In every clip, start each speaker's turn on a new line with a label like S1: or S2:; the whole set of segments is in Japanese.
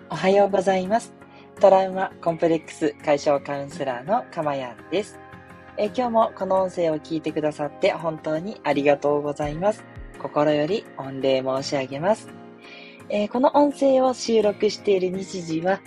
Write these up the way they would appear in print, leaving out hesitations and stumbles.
S1: おはようございます。トラウマコンプレックス解消カウンセラーのかまやんです。今日もこの音声を聞いてくださって本当にありがとうございます。心より御礼申し上げます。この音声を収録している日時は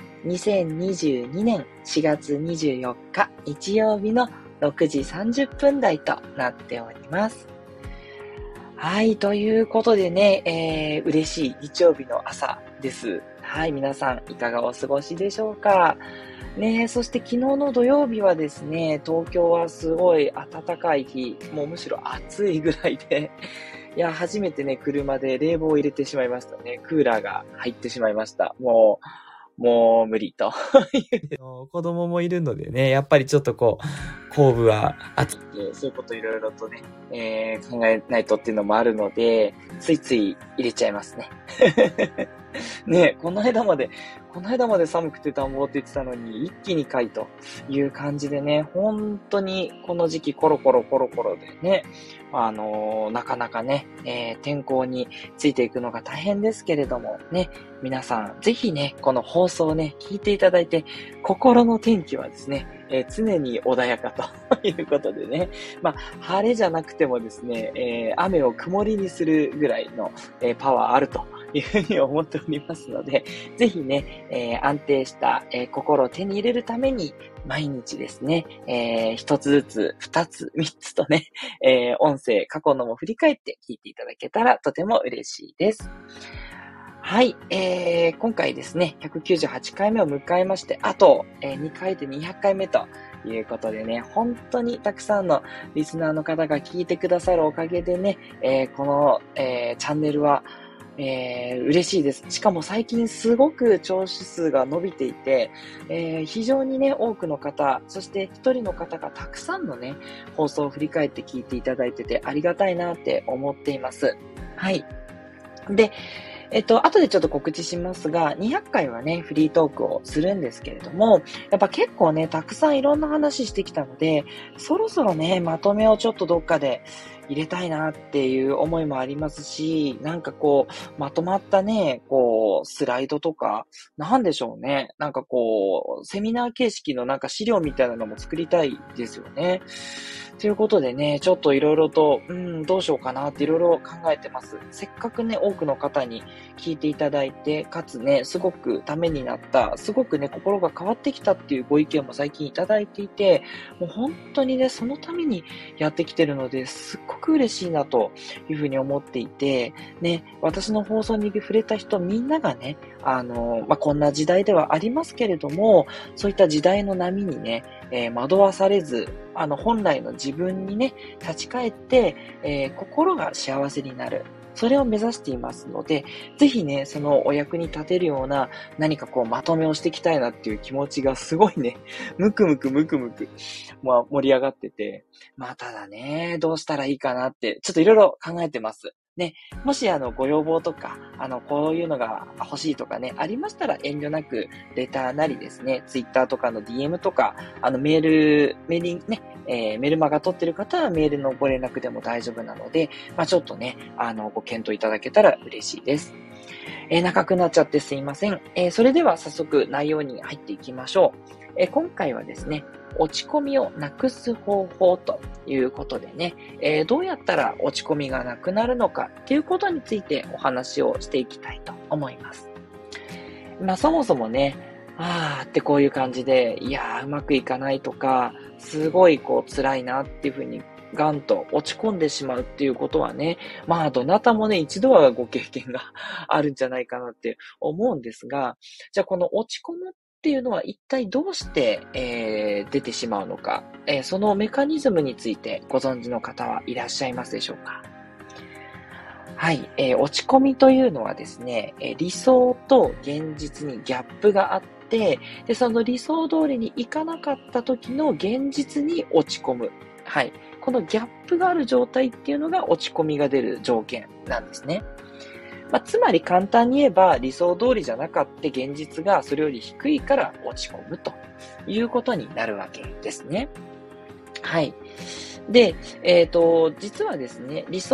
S1: 2022年4月24日日曜日の6時30分台となっております。はい、ということでね、嬉しい日曜日の朝です。はい、皆さんいかがお過ごしでしょうか。ね、そして昨日の土曜日はですね、東京はすごい暖かい日、もうむしろ暑いぐらいで、いや、初めてね、車で冷房を入れてしまいましたね。クーラーが入ってしまいました。もう無理と子供もいるのでね、やっぱりちょっと後部は暑く、そういうこといろいろとね、考えないとっていうのもあるので、ついつい入れちゃいますね。ね、この間まで寒くて暖房って言ってたのに、一気に回という感じでね、本当にこの時期コロコロでね、なかなかね、天候についていくのが大変ですけれどもね、皆さんぜひね、この放送をね、聞いていただいて、心の天気はですね、常に穏やかということでね、晴れじゃなくてもですね、雨を曇りにするぐらいの、パワーあるというふうに思っておりますので、ぜひね、安定した、心を手に入れるために、毎日ですね、一つずつ、二つ、三つとね、音声、過去のも振り返って聞いていただけたらとても嬉しいです。はい、今回ですね、198回目を迎えまして、あと、2回で200回目ということでね、本当にたくさんのリスナーの方が聞いてくださるおかげでね、この、チャンネルは、嬉しいです。しかも最近すごく聴取数が伸びていて、非常にね、多くの方、そして一人の方がたくさんのね、放送を振り返って聞いていただいててありがたいなって思っています。はい。で、後でちょっと告知しますが、200回はね、フリートークをするんですけれども、やっぱ結構ね、たくさんいろんな話してきたので、そろそろね、まとめをちょっとどっかで入れたいなっていう思いもありますし、なんかまとまったね、スライドとか、なんでしょうね。なんかセミナー形式のなんか資料みたいなのも作りたいですよね。ということでね、ちょっといろいろと、どうしようかなっていろいろ考えてます。せっかくね、多くの方に聞いていただいて、かつね、すごくためになった、すごくね、心が変わってきたっていうご意見も最近いただいていて、もう本当にね、そのためにやってきてるので、すっごく嬉しいなというふうに思っていて、ね、私の放送に触れた人みんながね、こんな時代ではありますけれども、そういった時代の波にね、惑わされず、本来の自分にね、立ち返って、心が幸せになる。それを目指していますので、ぜひね、そのお役に立てるような何かまとめをしていきたいなっていう気持ちがすごいね、ムクムク、盛り上がってて、ただね、どうしたらいいかなって、ちょっといろいろ考えてます。ね、もしご要望とか、こういうのが欲しいとかね、ありましたら遠慮なく、レターなりですね、ツイッターとかの DM とか、メールね、メルマガ取ってる方はメールのご連絡でも大丈夫なので、ちょっとね、ご検討いただけたら嬉しいです。長くなっちゃってすいません。それでは早速内容に入っていきましょう。今回はですね、落ち込みをなくす方法ということでね、どうやったら落ち込みがなくなるのかっていうことについてお話をしていきたいと思います。そもそもね、ってこういう感じで、いやーうまくいかないとか、すごい辛いなっていうふうにガンと落ち込んでしまうっていうことはね、どなたもね、一度はご経験があるんじゃないかなって思うんですが、じゃあこの落ち込むっていうのは一体どうして、出てしまうのか、そのメカニズムについてご存知の方はいらっしゃいますでしょうか？はい、落ち込みというのはですね、理想と現実にギャップがあって、で、その理想通りにいかなかった時の現実に落ち込む。はい。このギャップがある状態っていうのが落ち込みが出る条件なんですね。つまり簡単に言えば理想通りじゃなかった現実がそれより低いから落ち込むということになるわけですね。はい。で、実はですね、理想っ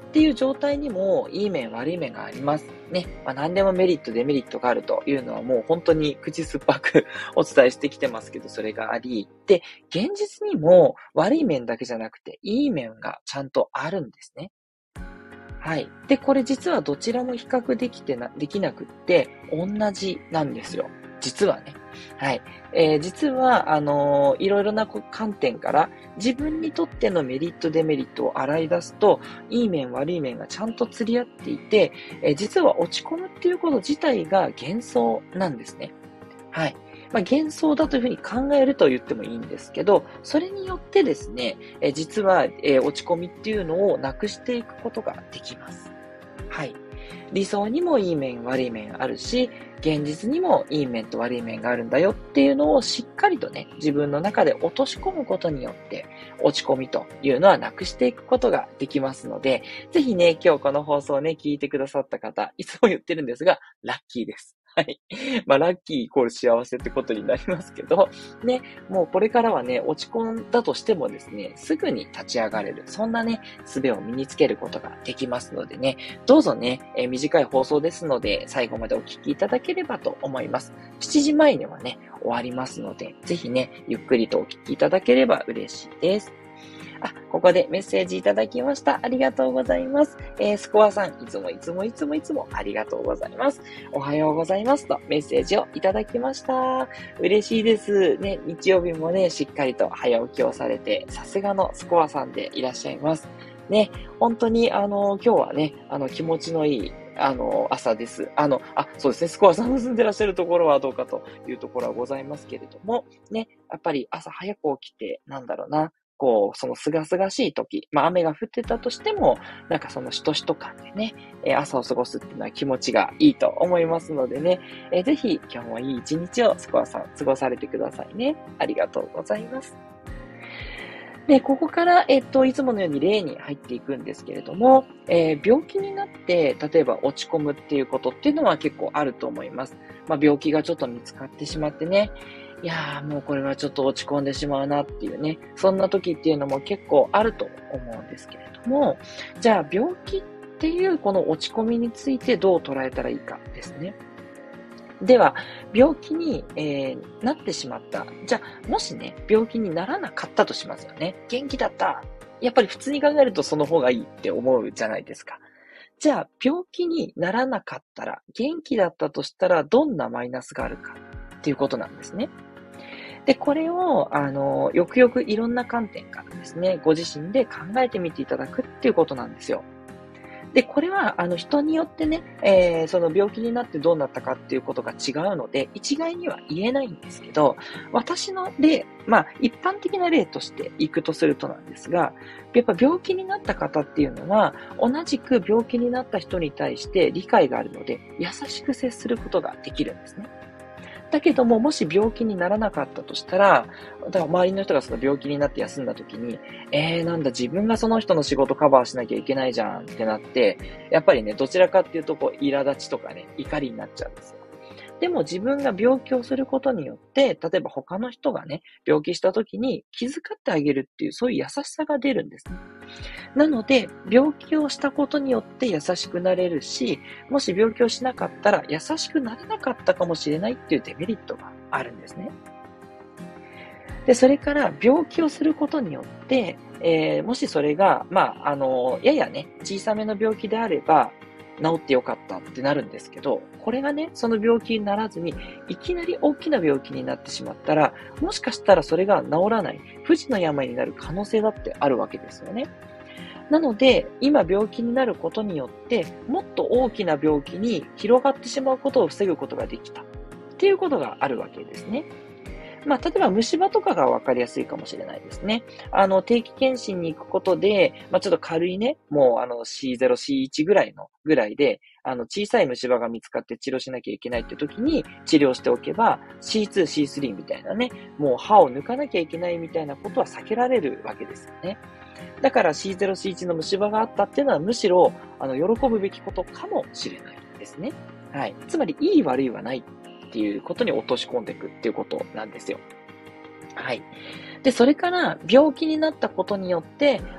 S1: っていう状態にもいい面悪い面がありますね。何でもメリットデメリットがあるというのはもう本当に口酸っぱくお伝えしてきてますけど、それがあり、で、現実にも悪い面だけじゃなくていい面がちゃんとあるんですね。はい。で、これ実はどちらも比較できなくって、同じなんですよ。実はね。はい。実は、いろいろな観点から、自分にとってのメリット、デメリットを洗い出すと、いい面、悪い面がちゃんと釣り合っていて、実は落ち込むっていうこと自体が幻想なんですね。はい。幻想だというふうに考えると言ってもいいんですけど、それによってですね、実は、落ち込みっていうのをなくしていくことができます。はい。理想にもいい面、悪い面あるし、現実にもいい面と悪い面があるんだよっていうのをしっかりとね、自分の中で落とし込むことによって、落ち込みというのはなくしていくことができますので、ぜひね、今日この放送をね、聞いてくださった方、いつも言ってるんですが、ラッキーです。はい。ラッキーイコール幸せってことになりますけど、ね、もうこれからはね、落ち込んだとしてもですね、すぐに立ち上がれる。そんなね、術を身につけることができますのでね、どうぞね、短い放送ですので、最後までお聞きいただければと思います。7時前にはね、終わりますので、ぜひね、ゆっくりとお聞きいただければ嬉しいです。ここでメッセージいただきました。ありがとうございます。スコアさん、いつもありがとうございます。おはようございますとメッセージをいただきました。嬉しいです。ね、日曜日もね、しっかりと早起きをされて、さすがのスコアさんでいらっしゃいます。ね、本当に今日はね、気持ちのいい朝です。そうですね、スコアさんの住んでらっしゃるところはどうかというところはございますけれども、ね、やっぱり朝早く起きて、その清々しい時、雨が降ってたとしても、そのしとしと感でね、朝を過ごすっていうのは気持ちがいいと思いますのでね、ぜひ今日もいい一日をスコアさん過ごされてくださいね。ありがとうございます。で、ここから、いつものように例に入っていくんですけれども、病気になって、例えば落ち込むっていうことっていうのは結構あると思います。病気がちょっと見つかってしまってね、いやーもうこれはちょっと落ち込んでしまうなっていうね、そんな時っていうのも結構あると思うんですけれども、じゃあ病気っていうこの落ち込みについてどう捉えたらいいかですね。では、病気に、なってしまった。じゃあ、もしね、病気にならなかったとしますよね。元気だった。やっぱり普通に考えるとその方がいいって思うじゃないですか。じゃあ、病気にならなかったら、元気だったとしたら、どんなマイナスがあるかっていうことなんですね。で、これを、よくよくいろんな観点からですね、ご自身で考えてみていただくっていうことなんですよ。で、これは、人によってね、その病気になってどうなったかっていうことが違うので、一概には言えないんですけど、私の例、一般的な例としていくとするとなんですが、やっぱ病気になった方っていうのは、同じく病気になった人に対して理解があるので、優しく接することができるんですね。だけども、もし病気にならなかったとしたら、だから周りの人がその病気になって休んだ時に、なんだ自分がその人の仕事カバーしなきゃいけないじゃんってなって、やっぱりね、どちらかっていうと苛立ちとかね、怒りになっちゃうんですよ。でも自分が病気をすることによって、例えば他の人がね、病気した時に気遣ってあげるっていう、そういう優しさが出るんですね。なので、病気をしたことによって優しくなれるし、もし病気をしなかったら優しくなれなかったかもしれないっていうデメリットがあるんですね。で、それから病気をすることによって、もしそれが、ややね、小さめの病気であれば、治ってよかったってなるんですけど、これがね、その病気にならずに、いきなり大きな病気になってしまったら、もしかしたらそれが治らない、不治の病になる可能性だってあるわけですよね。なので、今病気になることによって、もっと大きな病気に広がってしまうことを防ぐことができたっていうことがあるわけですね。例えば虫歯とかが分かりやすいかもしれないですね。定期検診に行くことで、ちょっと軽いね、もうC0、C1 ぐらいで、小さい虫歯が見つかって治療しなきゃいけないって時に治療しておけば、C2、C3 みたいなね、もう歯を抜かなきゃいけないみたいなことは避けられるわけですよね。だから C0、C1 の虫歯があったっていうのはむしろ、喜ぶべきことかもしれないですね。はい。つまり、いい悪いはないっていうことに落とし込んでいくっていうことなんですよ。はい。で、それから病気になったことによって、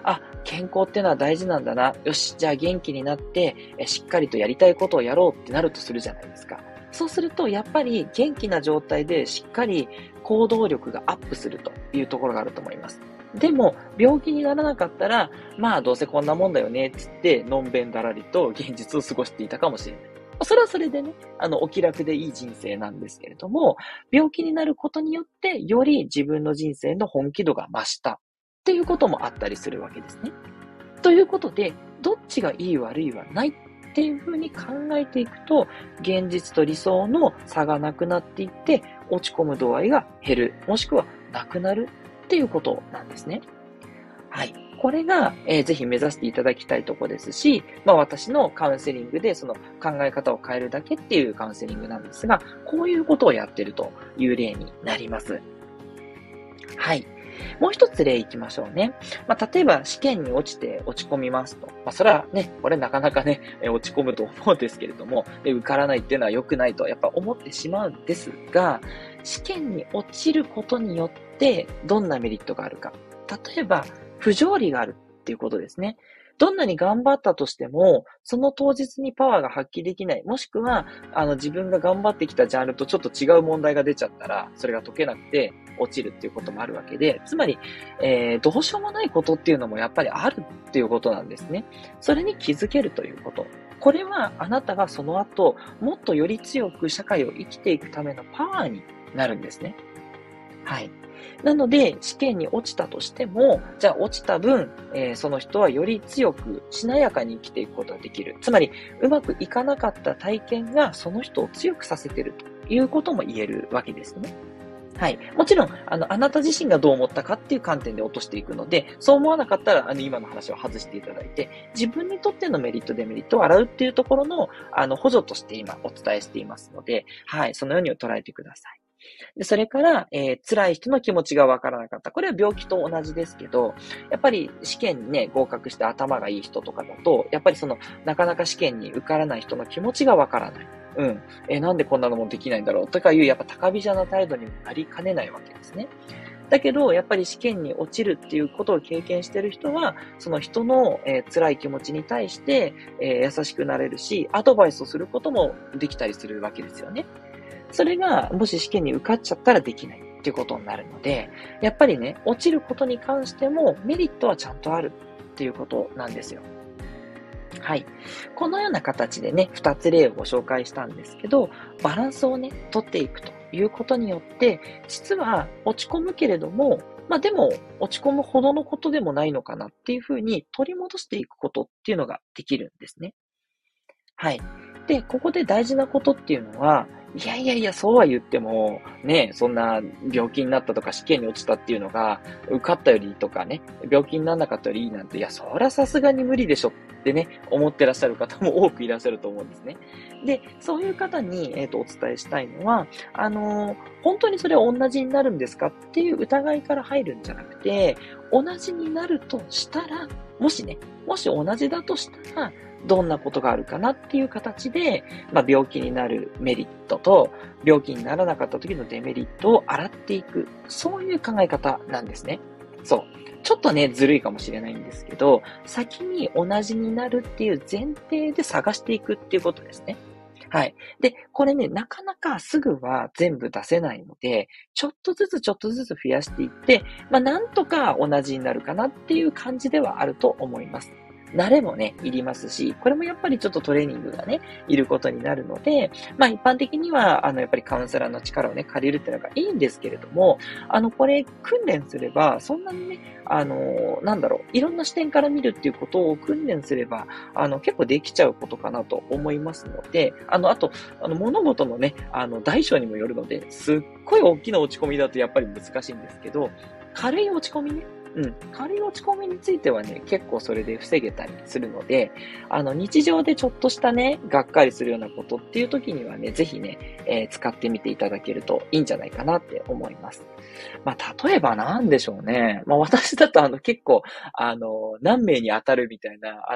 S1: 健康っていうのは大事なんだな。よし、じゃあ元気になって、しっかりとやりたいことをやろうってなるとするじゃないですか。そうすると、やっぱり元気な状態でしっかり行動力がアップするというところがあると思います。でも、病気にならなかったら、まあどうせこんなもんだよね、つって、のんべんだらりと現実を過ごしていたかもしれない。それはそれでね、お気楽でいい人生なんですけれども、病気になることによって、より自分の人生の本気度が増したっていうこともあったりするわけですね。ということで、どっちがいい悪いはないっていうふうに考えていくと、現実と理想の差がなくなっていって、落ち込む度合いが減る、もしくはなくなるっていうことなんですね。はい。これが、ぜひ目指していただきたいところですし、私のカウンセリングでその考え方を変えるだけっていうカウンセリングなんですが、こういうことをやってるという例になります。はい。もう一つ例いきましょうね。例えば試験に落ちて落ち込みますと。それはね、これなかなかね、落ち込むと思うんですけれども、受からないっていうのは良くないとやっぱ思ってしまうんですが、試験に落ちることによってどんなメリットがあるか。例えば、不条理があるっていうことですね。どんなに頑張ったとしても、その当日にパワーが発揮できない。もしくは、自分が頑張ってきたジャンルとちょっと違う問題が出ちゃったら、それが解けなくて落ちるっていうこともあるわけで、つまり、どうしようもないことっていうのもやっぱりあるっていうことなんですね。それに気づけるということ。これはあなたがその後、もっとより強く社会を生きていくためのパワーになるんですね。はい。なので、試験に落ちたとしても、じゃあ落ちた分、その人はより強く、しなやかに生きていくことができる。つまり、うまくいかなかった体験がその人を強くさせているということも言えるわけですね。はい。もちろん、あなた自身がどう思ったかっていう観点で落としていくので、そう思わなかったら、今の話を外していただいて、自分にとってのメリット、デメリットを洗うっていうところの、補助として今お伝えしていますので、はい。そのように捉えてください。で、それから、辛い人の気持ちがわからなかった。これは病気と同じですけど、やっぱり試験にね、合格して頭がいい人とかだと、やっぱりなかなか試験に受からない人の気持ちがわからない。うん。なんでこんなのもできないんだろうとかいう、やっぱ高飛車な態度にもなりかねないわけですね。だけど、やっぱり試験に落ちるっていうことを経験している人は、その人の、辛い気持ちに対して、優しくなれるし、アドバイスをすることもできたりするわけですよね。それが、もし試験に受かっちゃったらできないっていうことになるので、やっぱりね、落ちることに関してもメリットはちゃんとあるっていうことなんですよ。はい。このような形でね、2つ例をご紹介したんですけど、バランスをね、取っていくということによって、実は落ち込むけれども、でも、落ち込むほどのことでもないのかなっていうふうに取り戻していくことっていうのができるんですね。はい。で、ここで大事なことっていうのは、いやいやいや、そうは言っても、ね、そんな病気になったとか試験に落ちたっていうのが、受かったよりとかね、病気にならなかったよりいいなんて、いや、そりゃさすがに無理でしょってね、思ってらっしゃる方も多くいらっしゃると思うんですね。で、そういう方に、お伝えしたいのは、本当にそれは同じになるんですかっていう疑いから入るんじゃなくて、同じになるとしたら、もし同じだとしたら、どんなことがあるかなっていう形で、病気になるメリットと、病気にならなかった時のデメリットを洗っていく。そういう考え方なんですね。そう。ちょっとね、ずるいかもしれないんですけど、先に同じになるっていう前提で探していくっていうことですね。はい。で、これね、なかなかすぐは全部出せないので、ちょっとずつ増やしていって、なんとか同じになるかなっていう感じではあると思います。慣れもね、いりますし、これもやっぱりちょっとトレーニングがね、いることになるので、一般的には、やっぱりカウンセラーの力をね、借りるっていうのがいいんですけれども、これ、訓練すれば、そんなにね、いろんな視点から見るっていうことを訓練すれば、結構できちゃうことかなと思いますので、あと、物事のね、大小にもよるので、すっごい大きな落ち込みだとやっぱり難しいんですけど、軽い落ち込みね、軽い落ち込みについてはね、結構それで防げたりするので、日常でちょっとしたね、がっかりするようなことっていう時にはね、ぜひね、使ってみていただけるといいんじゃないかなって思います。例えばなんでしょうね。私だと結構、何名に当たるみたいな、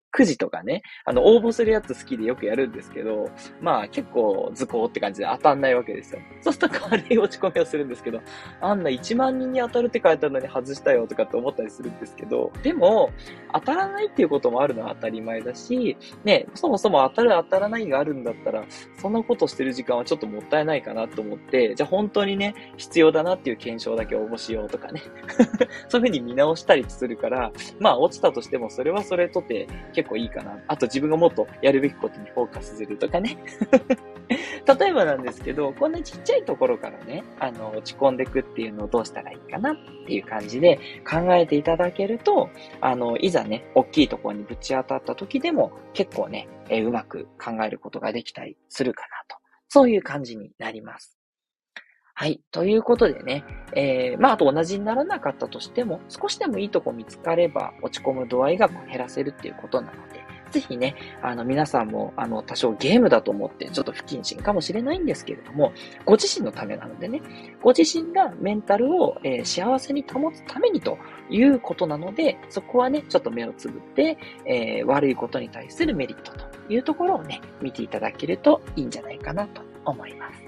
S1: くじとかね、応募するやつ好きでよくやるんですけど、まあ結構図工って感じで当たんないわけですよ。そうすると軽い落ち込みをするんですけど、あんな1万人に当たるって書いてあるのに外したよとかって思ったりするんですけど、でも、当たらないっていうこともあるのは当たり前だし、ね、そもそも当たる当たらないがあるんだったら、そんなことしてる時間はちょっともったいないかなと思って、じゃあ本当にね、必要だなっていう検証だけ応募しようとかね。そういうふうに見直したりするから、まあ落ちたとしてもそれはそれとて結構いいかな。あと自分がもっとやるべきことにフォーカスするとかね。例えばなんですけど、こんなちっちゃいところからね、落ち込んでいくっていうのをどうしたらいいかなっていう感じで考えていただけると、いざね、大きいところにぶち当たった時でも結構ね、うまく考えることができたりするかなと。そういう感じになります。はい。ということでね、まあ、あと同じにならなかったとしても、少しでもいいとこ見つかれば、落ち込む度合いが減らせるっていうことなので、ぜひね、皆さんも、多少ゲームだと思って、ちょっと不謹慎かもしれないんですけれども、ご自身のためなのでね、ご自身がメンタルを、幸せに保つためにということなので、そこはね、ちょっと目をつぶって、悪いことに対するメリットというところをね、見ていただけるといいんじゃないかなと思います。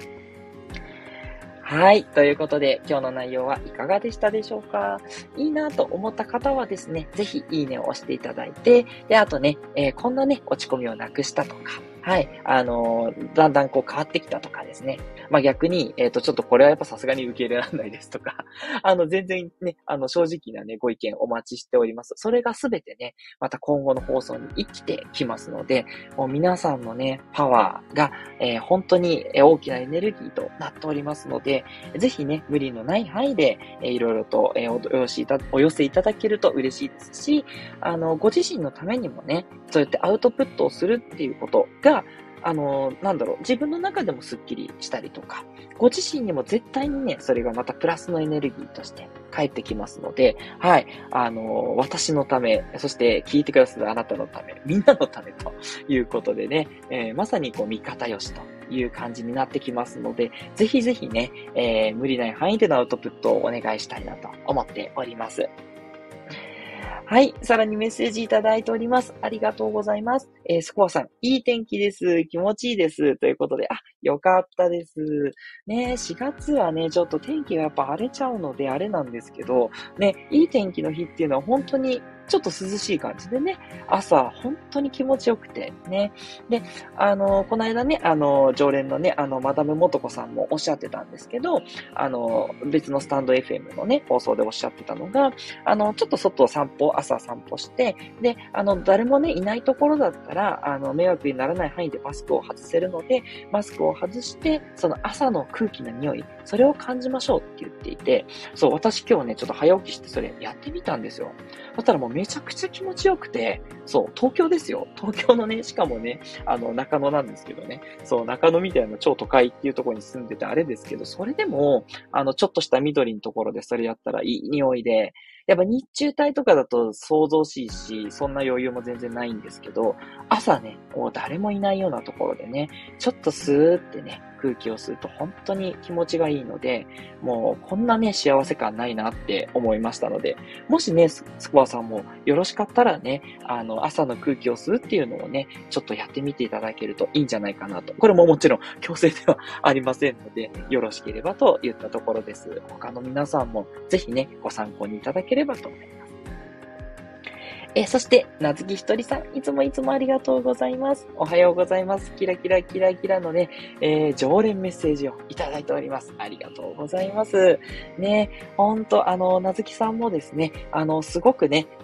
S1: はい。ということで、今日の内容はいかがでしたでしょうか？いいなと思った方はですね、ぜひいいねを押していただいて、で、あとね、こんなね、落ち込みをなくしたとか、はい。だんだんこう変わってきたとかですね。まあ逆に、ちょっとこれはやっぱさすがに受け入れられないですとか、全然ね、正直なね、ご意見お待ちしております。それがすべてね、また今後の放送に生きてきますので、もう皆さんのね、パワーが、本当に大きなエネルギーとなっておりますので、ぜひね、無理のない範囲で、いろいろと、お寄せいただけると嬉しいですし、ご自身のためにもね、そうやってアウトプットをするっていうことが、自分の中でもスッキリしたりとか、ご自身にも絶対にね、それがまたプラスのエネルギーとして返ってきますので、はい、私のため、そして聞いてくださるあなたのため、みんなのためということでね、まさにこう、味方よしという感じになってきますので、ぜひぜひね、無理ない範囲でのアウトプットをお願いしたいなと思っております。はい。さらにメッセージいただいております。ありがとうございます。スコアさん、いい天気です。気持ちいいです。ということで、よかったです。ね、4月はね、ちょっと天気がやっぱ荒れちゃうので、あれなんですけど、ね、いい天気の日っていうのは本当にちょっと涼しい感じでね、朝、本当に気持ちよくて、ね。で、この間ね、常連のね、マダム元子さんもおっしゃってたんですけど、別のスタンド FM のね、放送でおっしゃってたのが、ちょっと外を朝散歩して、で、誰もね、いないところだったら、迷惑にならない範囲でマスクを外せるので、マスクを外して、その朝の空気の匂い、それを感じましょうって言っていて、そう、私今日ね、ちょっと早起きしてそれやってみたんですよ。だったらもうめちゃくちゃ気持ちよくて、そう、東京ですよ。東京のね、しかもね、中野なんですけどね、そう、中野みたいな超都会っていうところに住んでてあれですけど、それでも、ちょっとした緑のところでそれやったらいい匂いで、やっぱ日中帯とかだと想像しいし、そんな余裕も全然ないんですけど、朝ね、もう誰もいないようなところでね、ちょっとスーってね、空気を吸うと本当に気持ちがいいので、もうこんなね、幸せ感ないなって思いましたので、もしね、スコアさんもよろしかったらね、朝の空気を吸うっていうのをね、ちょっとやってみていただけるといいんじゃないかなと。これももちろん強制ではありませんので、よろしければといったところです。他の皆さんもぜひね、ご参考にいただければと思います。そして、なずきひとりさん、いつもありがとうございます。おはようございます。キラキラキラキラのね、常連メッセージをいただいております。ありがとうございます。ね、ほんと、なずきさんもですね、すごくね、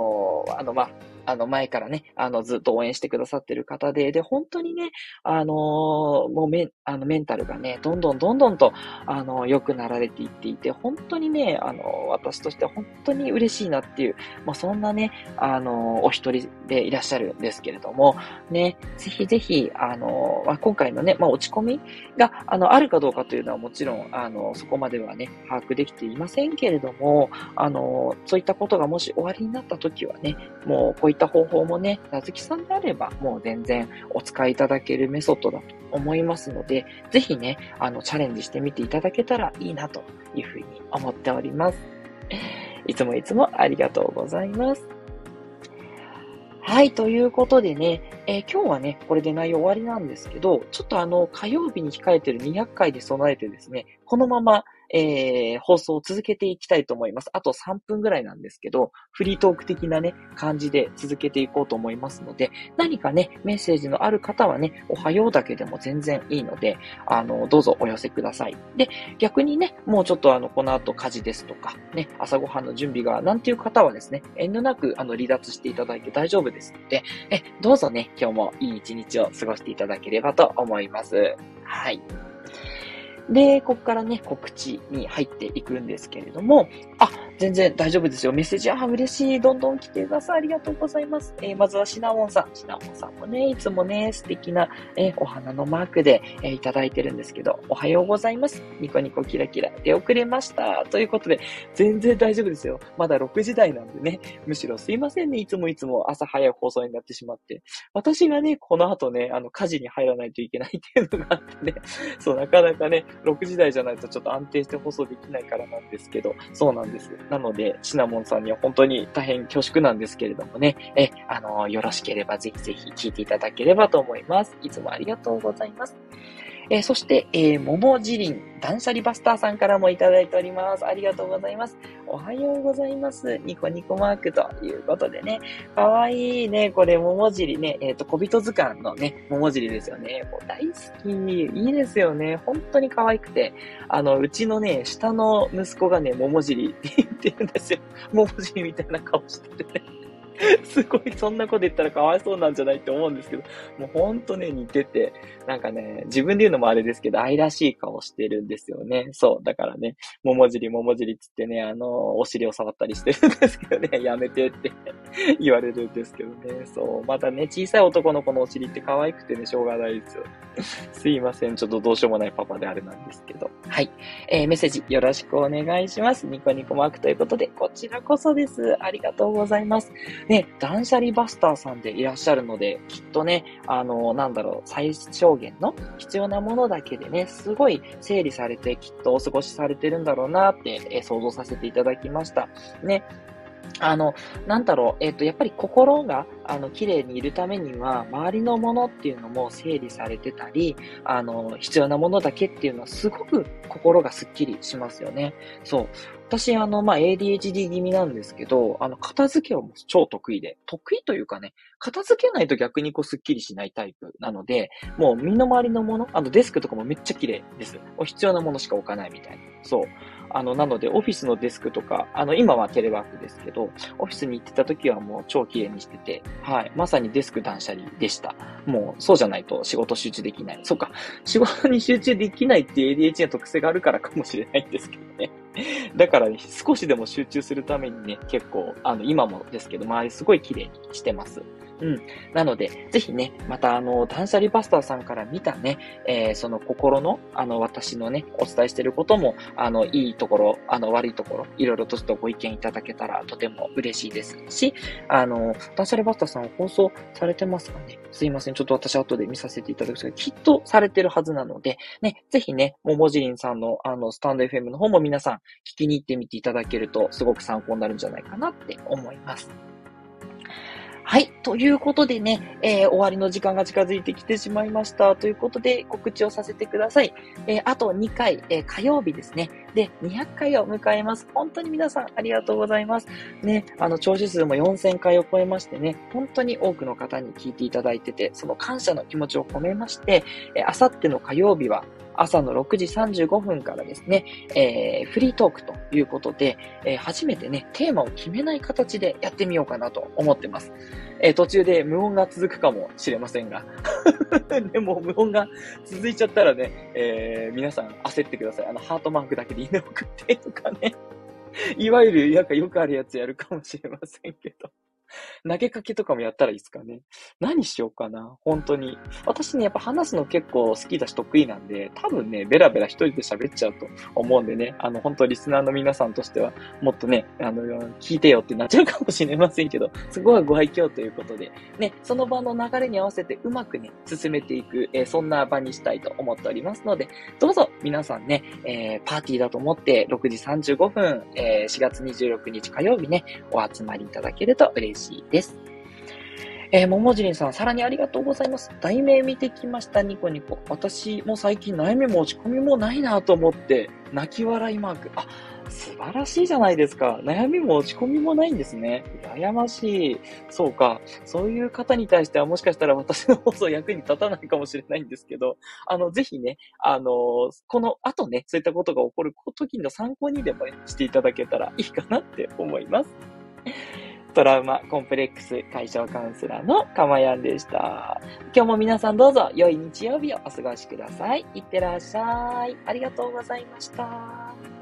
S1: 前からね、ずっと応援してくださってる方で、本当にね、もうメンタルがね、どんどんと、良くなられていっていて、本当にね、私としては本当に嬉しいなっていう、そんなね、お一人でいらっしゃるんですけれども、ね、ぜひぜひ、今回のね、落ち込みが、あるかどうかというのはもちろん、そこまではね、把握できていませんけれども、そういったことがもし終わりになった時はね、もうこういった方法もね、なずきさんであれば、もう全然お使いいただけるメソッドだと思いますので、ぜひね、チャレンジしてみていただけたらいいなというふうに思っております。いつもありがとうございます。 はい、ということでね、今日はね、これで内容終わりなんですけど、ちょっと火曜日に控えてる200回で備えてですね、このまま、放送を続けていきたいと思います。あと3分ぐらいなんですけど、フリートーク的なね、感じで続けていこうと思いますので、何かね、メッセージのある方はね、おはようだけでも全然いいので、どうぞお寄せください。で、逆にね、もうちょっとこの後家事ですとか、ね、朝ごはんの準備が、なんていう方はですね、遠慮なく、離脱していただいて大丈夫ですので、どうぞね、今日もいい一日を過ごしていただければと思います。はい。で、ここからね、告知に入っていくんですけれども、全然大丈夫ですよ。メッセージ、嬉しい。どんどん来てください。ありがとうございます。まずはシナモンさん。シナモンさんもね、いつもね、素敵な、お花のマークで、いただいてるんですけど、おはようございます。ニコニコキラキラ。出遅れました。ということで、全然大丈夫ですよ。まだ6時台なんでね、むしろすいませんね。いつも朝早い放送になってしまって。私がね、この後ね、家事に入らないといけないっていうのがあってね、そう、なかなかね、6時台じゃないとちょっと安定して放送できないからなんですけど、そうなんです。なので、シナモンさんには本当に大変恐縮なんですけれどもね、よろしければぜひぜひ聞いていただければと思います。いつもありがとうございます。そして、桃ジリン、断捨離バスターさんからもいただいております。ありがとうございます。おはようございます。ニコニコマークということでね。かわいいね。これ、桃尻ね。小人図鑑のね、桃尻ですよね。もう大好き。いいですよね。本当に可愛くて。うちのね、下の息子がね、桃尻って言ってるんですよ。桃尻みたいな顔しててね。すごい、そんなこと言ったらかわいそうなんじゃないって思うんですけど、もうほんとね、似てて、なんかね、自分で言うのもあれですけど、愛らしい顔してるんですよね。そう、だからね、桃尻つってね、お尻を触ったりしてるんですけどね、やめてって言われるんですけどね、そう、またね、小さい男の子のお尻って可愛くてね、しょうがないですよ。すいません、ちょっとどうしようもないパパであれなんですけど。はい。メッセージよろしくお願いします。ニコニコマークということで、こちらこそです。ありがとうございます。ね、断捨離バスターさんでいらっしゃるので、きっとね、最小限の必要なものだけでね、すごい整理されて、きっとお過ごしされてるんだろうなって、想像させていただきました。ね。やっぱり心が、綺麗にいるためには、周りのものっていうのも整理されてたり、必要なものだけっていうのはすごく心がスッキリしますよね。そう。私、ADHD 気味なんですけど、片付けはもう超得意で、得意というかね、片付けないと逆にこうスッキリしないタイプなので、もう身の回りのもの、デスクとかもめっちゃ綺麗です。もう必要なものしか置かないみたいな。そう。なので、オフィスのデスクとか、今はテレワークですけど、オフィスに行ってた時はもう超綺麗にしてて、はい。まさにデスク断捨離でした。もう、そうじゃないと仕事集中できない。そうか。仕事に集中できないっていう ADHD の特性があるからかもしれないんですけどね。だからね、少しでも集中するためにね、結構、今もですけど、周りすごい綺麗にしてます。うん。なので、ぜひね、また断捨離バスターさんから見たね、その心の、私のね、お伝えしていることも、いいところ、悪いところ、いろいろとちょっとご意見いただけたらとても嬉しいですし、断捨離バスターさん放送されてますかね？すいません。ちょっと私後で見させていただくんですけど、きっとされてるはずなので、ね、ぜひね、もじりんさんの、スタンド FM の方も皆さん聞きに行ってみていただけると、すごく参考になるんじゃないかなって思います。はい。ということでね、終わりの時間が近づいてきてしまいました。ということで、告知をさせてください。あと2回、火曜日ですね。で、200回を迎えます。本当に皆さんありがとうございます。ね、聴取数も4000回を超えましてね、本当に多くの方に聞いていただいてて、その感謝の気持ちを込めまして、あさっての火曜日は、朝の6時35分からですね、フリートークということで、初めてね、テーマを決めない形でやってみようかなと思ってます。途中で無音が続くかもしれませんが。でも無音が続いちゃったらね、皆さん焦ってください。ハートマークだけでいいね送ってとかね。いわゆる、なんかよくあるやつやるかもしれませんけど。投げかけとかもやったらいいですかね。何しようかな。本当に。私ね、やっぱ話すの結構好きだし得意なんで、多分ね、ベラベラ一人で喋っちゃうと思うんでね、本当リスナーの皆さんとしては、もっとね、聞いてよってなっちゃうかもしれませんけど、そこはご愛嬌ということで、ね、その場の流れに合わせてうまくね、進めていく、そんな場にしたいと思っておりますので、どうぞ皆さんね、パーティーだと思って6時35分、4月26日火曜日ね、お集まりいただけると嬉しいです。 ももじりんさん、さらにありがとうございます。題名見てきました。ニコニコ。私も最近悩みも落ち込みもないなと思って、泣き笑いマーク。あ、素晴らしいじゃないですか。悩みも落ち込みもないんですね。羨ましい。そうか。そういう方に対してはもしかしたら私の放送役に立たないかもしれないんですけど、ぜひね、この後ね、そういったことが起こる時の参考にでもしていただけたらいいかなって思います。トラウマコンプレックス解消カウンセラーのかまやんでした。今日も皆さんどうぞ良い日曜日をお過ごしください。いってらっしゃい。ありがとうございました。